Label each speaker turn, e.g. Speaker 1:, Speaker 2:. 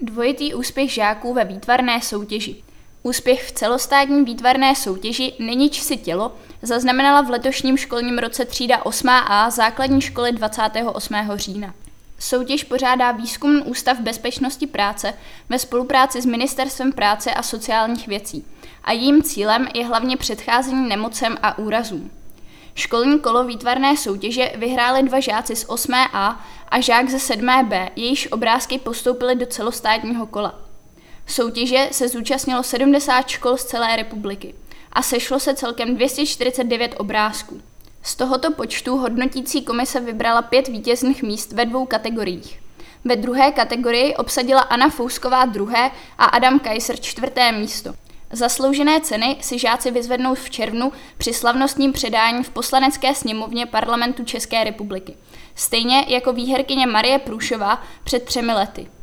Speaker 1: Dvojitý úspěch žáků ve výtvarné soutěži. Úspěch v celostátní výtvarné soutěži Nenič si tělo zaznamenala v letošním školním roce třída 8A základní školy 28. října. Soutěž pořádá Výzkumný ústav bezpečnosti práce ve spolupráci s Ministerstvem práce a sociálních věcí a jejím cílem je hlavně předcházení nemocem a úrazům. Školní kolo výtvarné soutěže vyhráli 2 žáci z 8A a žák ze 7B, jejichž obrázky postoupily do celostátního kola. Soutěže se zúčastnilo 70 škol z celé republiky a sešlo se celkem 249 obrázků. Z tohoto počtu hodnotící komise vybrala 5 vítězných míst ve 2 kategoriích. Ve druhé kategorii obsadila Anna Fousková 2. a Adam Kaiser 4. místo. Zasloužené ceny si žáci vyzvednou v červnu při slavnostním předání v Poslanecké sněmovně Parlamentu České republiky. Stejně jako výherkyně Marie Průšová před 3 lety.